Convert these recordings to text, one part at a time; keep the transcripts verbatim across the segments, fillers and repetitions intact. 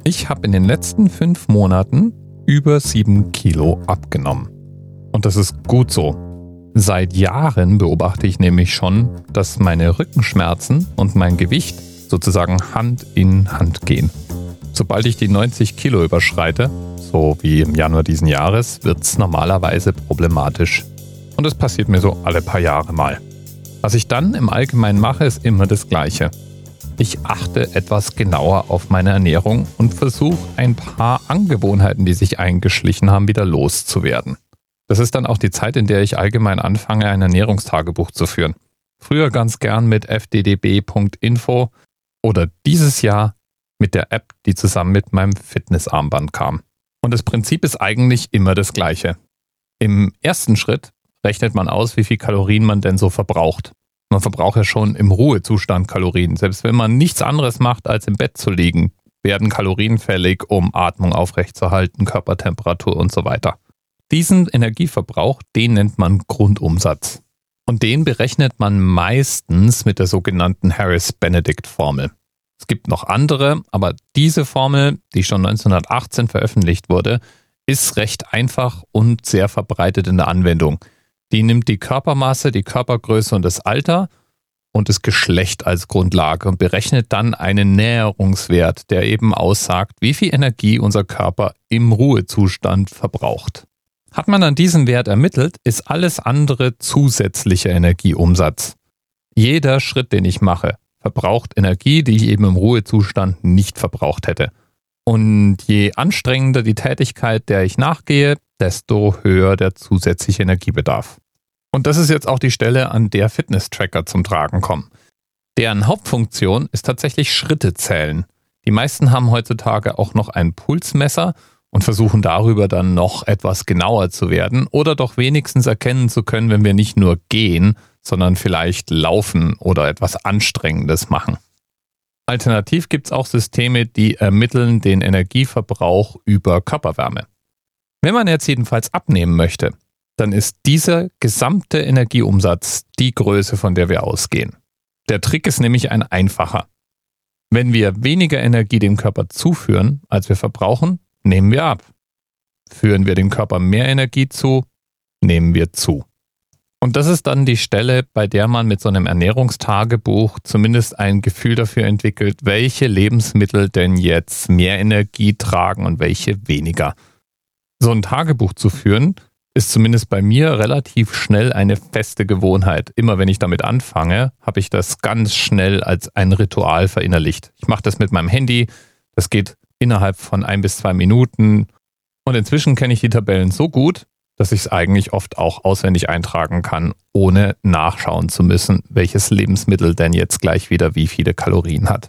Ich habe in den letzten fünf Monaten über sieben Kilo abgenommen. Und das ist gut so. Seit Jahren beobachte ich nämlich schon, dass meine Rückenschmerzen und mein Gewicht sozusagen Hand in Hand gehen. Sobald ich die neunzig Kilo überschreite, so wie im Januar diesen Jahres, wird es normalerweise problematisch. Und das passiert mir so alle paar Jahre mal. Was ich dann im Allgemeinen mache, ist immer das Gleiche. Ich achte etwas genauer auf meine Ernährung und versuche ein paar Angewohnheiten, die sich eingeschlichen haben, wieder loszuwerden. Das ist dann auch die Zeit, in der ich allgemein anfange, ein Ernährungstagebuch zu führen. Früher ganz gern mit f d d b punkt info oder dieses Jahr mit der App, die zusammen mit meinem Fitnessarmband kam. Und das Prinzip ist eigentlich immer das gleiche. Im ersten Schritt rechnet man aus, wie viel Kalorien man denn so verbraucht. Man verbraucht ja schon im Ruhezustand Kalorien. Selbst wenn man nichts anderes macht, als im Bett zu liegen, werden Kalorien fällig, um Atmung aufrechtzuerhalten, Körpertemperatur und so weiter. Diesen Energieverbrauch, den nennt man Grundumsatz. Und den berechnet man meistens mit der sogenannten Harris-Benedict-Formel. Es gibt noch andere, aber diese Formel, die schon neunzehnhundertachtzehn veröffentlicht wurde, ist recht einfach und sehr verbreitet in der Anwendung. Die nimmt die Körpermasse, die Körpergröße und das Alter und das Geschlecht als Grundlage und berechnet dann einen Näherungswert, der eben aussagt, wie viel Energie unser Körper im Ruhezustand verbraucht. Hat man dann diesen Wert ermittelt, ist alles andere zusätzlicher Energieumsatz. Jeder Schritt, den ich mache, verbraucht Energie, die ich eben im Ruhezustand nicht verbraucht hätte. Und je anstrengender die Tätigkeit, der ich nachgehe, desto höher der zusätzliche Energiebedarf. Und das ist jetzt auch die Stelle, an der Fitness-Tracker zum Tragen kommen. Deren Hauptfunktion ist tatsächlich Schritte zählen. Die meisten haben heutzutage auch noch ein Pulsmesser und versuchen darüber dann noch etwas genauer zu werden oder doch wenigstens erkennen zu können, wenn wir nicht nur gehen, sondern vielleicht laufen oder etwas Anstrengendes machen. Alternativ gibt es auch Systeme, die ermitteln den Energieverbrauch über Körperwärme. Wenn man jetzt jedenfalls abnehmen möchte, dann ist dieser gesamte Energieumsatz die Größe, von der wir ausgehen. Der Trick ist nämlich ein einfacher. Wenn wir weniger Energie dem Körper zuführen, als wir verbrauchen, nehmen wir ab. Führen wir dem Körper mehr Energie zu, nehmen wir zu. Und das ist dann die Stelle, bei der man mit so einem Ernährungstagebuch zumindest ein Gefühl dafür entwickelt, welche Lebensmittel denn jetzt mehr Energie tragen und welche weniger. So ein Tagebuch zu führen, ist zumindest bei mir relativ schnell eine feste Gewohnheit. Immer wenn ich damit anfange, habe ich das ganz schnell als ein Ritual verinnerlicht. Ich mache das mit meinem Handy, das geht innerhalb von ein bis zwei Minuten und inzwischen kenne ich die Tabellen so gut, dass ich es eigentlich oft auch auswendig eintragen kann, ohne nachschauen zu müssen, welches Lebensmittel denn jetzt gleich wieder wie viele Kalorien hat.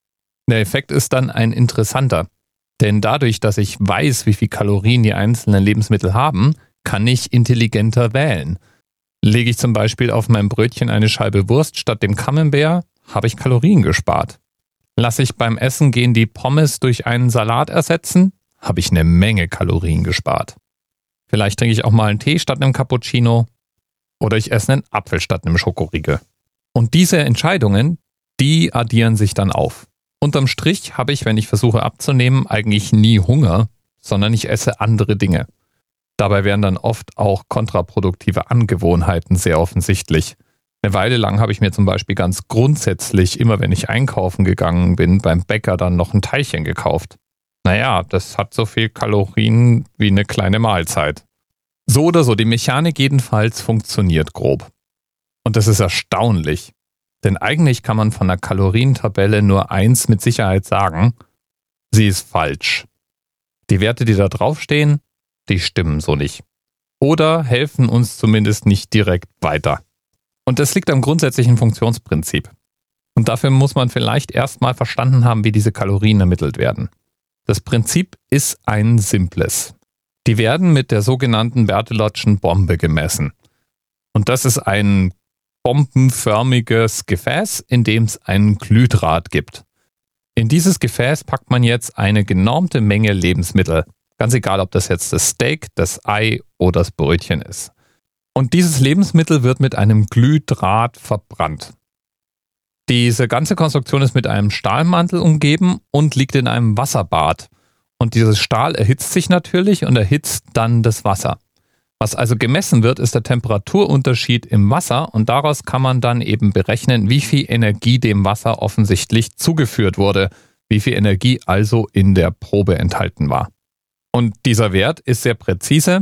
Der Effekt ist dann ein interessanter, denn dadurch, dass ich weiß, wie viel Kalorien die einzelnen Lebensmittel haben, kann ich intelligenter wählen. Lege ich zum Beispiel auf mein Brötchen eine Scheibe Wurst statt dem Camembert, habe ich Kalorien gespart. Lasse ich beim Essen gehen die Pommes durch einen Salat ersetzen, habe ich eine Menge Kalorien gespart. Vielleicht trinke ich auch mal einen Tee statt einem Cappuccino oder ich esse einen Apfel statt einem Schokoriegel. Und diese Entscheidungen, die addieren sich dann auf. Unterm Strich habe ich, wenn ich versuche abzunehmen, eigentlich nie Hunger, sondern ich esse andere Dinge. Dabei werden dann oft auch kontraproduktive Angewohnheiten sehr offensichtlich. Eine Weile lang habe ich mir zum Beispiel ganz grundsätzlich, immer wenn ich einkaufen gegangen bin, beim Bäcker dann noch ein Teilchen gekauft. Naja, das hat so viel Kalorien wie eine kleine Mahlzeit. So oder so, die Mechanik jedenfalls funktioniert grob. Und das ist erstaunlich. Denn eigentlich kann man von der Kalorientabelle nur eins mit Sicherheit sagen: sie ist falsch. Die Werte, die da draufstehen, die stimmen so nicht. Oder helfen uns zumindest nicht direkt weiter. Und das liegt am grundsätzlichen Funktionsprinzip. Und dafür muss man vielleicht erstmal verstanden haben, wie diese Kalorien ermittelt werden. Das Prinzip ist ein simples. Die werden mit der sogenannten Berthelotschen Bombe gemessen. Und das ist ein bombenförmiges Gefäß, in dem es einen Glühdraht gibt. In dieses Gefäß packt man jetzt eine genormte Menge Lebensmittel. Ganz egal, ob das jetzt das Steak, das Ei oder das Brötchen ist. Und dieses Lebensmittel wird mit einem Glühdraht verbrannt. Diese ganze Konstruktion ist mit einem Stahlmantel umgeben und liegt in einem Wasserbad. Und dieses Stahl erhitzt sich natürlich und erhitzt dann das Wasser. Was also gemessen wird, ist der Temperaturunterschied im Wasser und daraus kann man dann eben berechnen, wie viel Energie dem Wasser offensichtlich zugeführt wurde, wie viel Energie also in der Probe enthalten war. Und dieser Wert ist sehr präzise,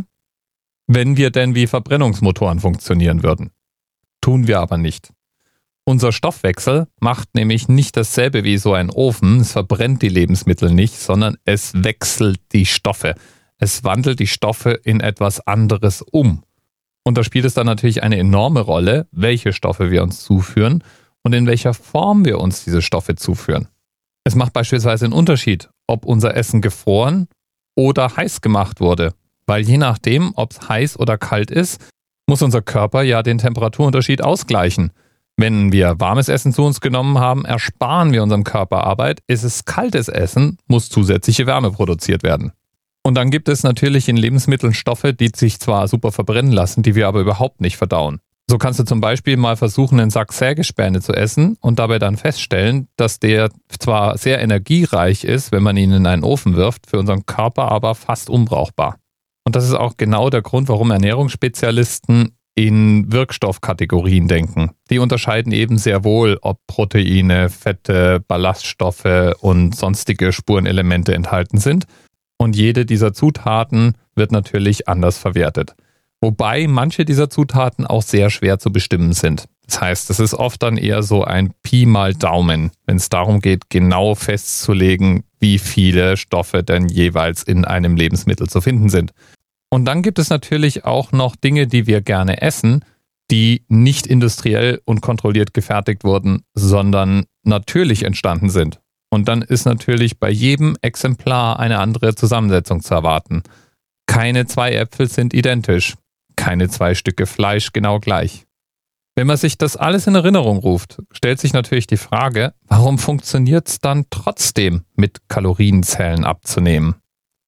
wenn wir denn wie Verbrennungsmotoren funktionieren würden. Tun wir aber nicht. Unser Stoffwechsel macht nämlich nicht dasselbe wie so ein Ofen, es verbrennt die Lebensmittel nicht, sondern es wechselt die Stoffe. Es wandelt die Stoffe in etwas anderes um. Und da spielt es dann natürlich eine enorme Rolle, welche Stoffe wir uns zuführen und in welcher Form wir uns diese Stoffe zuführen. Es macht beispielsweise einen Unterschied, ob unser Essen gefroren oder heiß gemacht wurde, weil je nachdem, ob es heiß oder kalt ist, muss unser Körper ja den Temperaturunterschied ausgleichen. Wenn wir warmes Essen zu uns genommen haben, ersparen wir unserem Körper Arbeit. Ist es kaltes Essen, muss zusätzliche Wärme produziert werden. Und dann gibt es natürlich in Lebensmitteln Stoffe, die sich zwar super verbrennen lassen, die wir aber überhaupt nicht verdauen. So kannst du zum Beispiel mal versuchen, einen Sack Sägespäne zu essen und dabei dann feststellen, dass der zwar sehr energiereich ist, wenn man ihn in einen Ofen wirft, für unseren Körper aber fast unbrauchbar. Und das ist auch genau der Grund, warum Ernährungsspezialisten in Wirkstoffkategorien denken. Die unterscheiden eben sehr wohl, ob Proteine, Fette, Ballaststoffe und sonstige Spurenelemente enthalten sind. Und jede dieser Zutaten wird natürlich anders verwertet. Wobei manche dieser Zutaten auch sehr schwer zu bestimmen sind. Das heißt, es ist oft dann eher so ein Pi mal Daumen, wenn es darum geht, genau festzulegen, wie viele Stoffe denn jeweils in einem Lebensmittel zu finden sind. Und dann gibt es natürlich auch noch Dinge, die wir gerne essen, die nicht industriell und kontrolliert gefertigt wurden, sondern natürlich entstanden sind. Und dann ist natürlich bei jedem Exemplar eine andere Zusammensetzung zu erwarten. Keine zwei Äpfel sind identisch, keine zwei Stücke Fleisch genau gleich. Wenn man sich das alles in Erinnerung ruft, stellt sich natürlich die Frage, warum funktioniert es dann trotzdem, mit Kalorienzellen abzunehmen?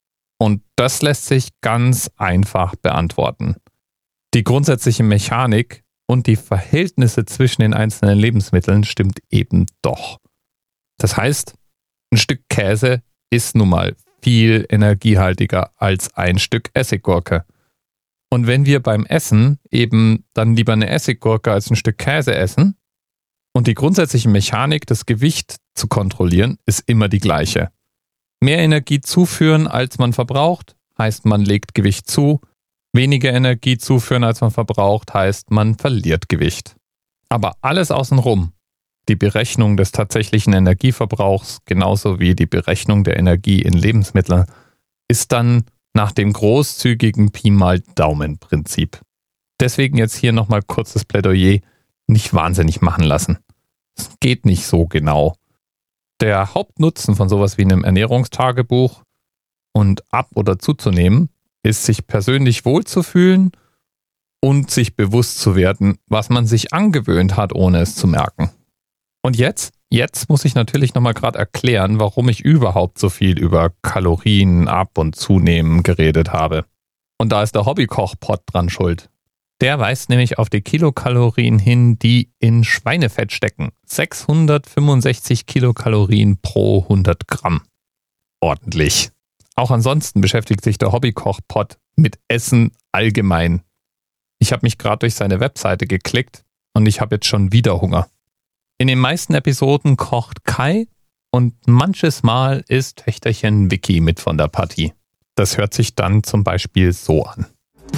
Und das lässt sich ganz einfach beantworten. Die grundsätzliche Mechanik und die Verhältnisse zwischen den einzelnen Lebensmitteln stimmt eben doch. Das heißt, ein Stück Käse ist nun mal viel energiehaltiger als ein Stück Essiggurke. Und wenn wir beim Essen eben dann lieber eine Essiggurke als ein Stück Käse essen und die grundsätzliche Mechanik, das Gewicht zu kontrollieren, ist immer die gleiche. Mehr Energie zuführen, als man verbraucht, heißt, man legt Gewicht zu. Weniger Energie zuführen, als man verbraucht, heißt, man verliert Gewicht. Aber alles außenrum, die Berechnung des tatsächlichen Energieverbrauchs, genauso wie die Berechnung der Energie in Lebensmitteln, ist dann nach dem großzügigen Pi mal Daumen-Prinzip. Deswegen jetzt hier nochmal kurzes Plädoyer, nicht wahnsinnig machen lassen. Es geht nicht so genau. Der Hauptnutzen von sowas wie einem Ernährungstagebuch und ab- oder zuzunehmen, ist, sich persönlich wohlzufühlen und sich bewusst zu werden, was man sich angewöhnt hat, ohne es zu merken. Und jetzt, jetzt muss ich natürlich nochmal gerade erklären, warum ich überhaupt so viel über Kalorien ab- und zunehmen geredet habe. Und da ist der Hobbykoch-Pod dran schuld. Der weist nämlich auf die Kilokalorien hin, die in Schweinefett stecken. sechshundertfünfundsechzig Kilokalorien pro hundert Gramm. Ordentlich. Auch ansonsten beschäftigt sich der Hobbykoch-Pod mit Essen allgemein. Ich habe mich gerade durch seine Webseite geklickt und ich habe jetzt schon wieder Hunger. In den meisten Episoden kocht Kai und manches Mal ist Töchterchen Vicky mit von der Partie. Das hört sich dann zum Beispiel so an.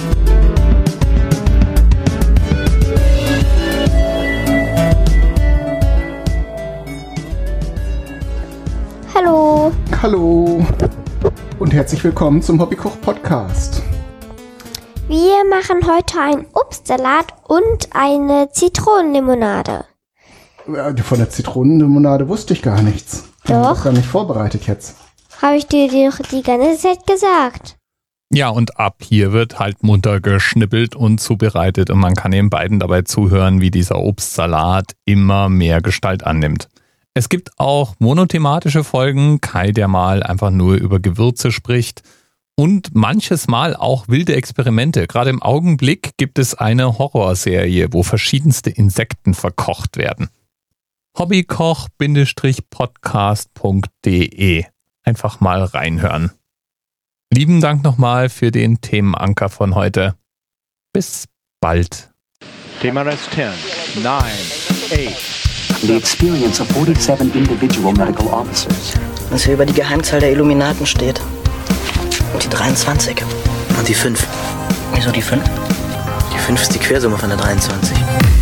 Hallo. Hallo und herzlich willkommen zum Hobbykoch-Podcast. Wir machen heute einen Obstsalat und eine Zitronenlimonade. Von der Zitronenlimonade wusste ich gar nichts. Ich habe Doch. gar nicht vorbereitet jetzt. Habe ich dir doch die ganze Zeit gesagt. Ja, und ab hier wird halt munter geschnippelt und zubereitet und man kann den beiden dabei zuhören, wie dieser Obstsalat immer mehr Gestalt annimmt. Es gibt auch monothematische Folgen, Kai, der mal einfach nur über Gewürze spricht und manches Mal auch wilde Experimente. Gerade im Augenblick gibt es eine Horrorserie, wo verschiedenste Insekten verkocht werden. hobbykoch-podcast punkt de. Einfach mal reinhören. Lieben Dank nochmal für den Themenanker von heute. Bis bald. Thema Rest ten, nine, eight. The experience of forty-seven individual medical officers. Was hier über die Geheimzahl der Illuminaten steht. Und die dreiundzwanzig. Und die fünf. Wieso die fünf? Die fünf ist die Quersumme von der dreiundzwanzig.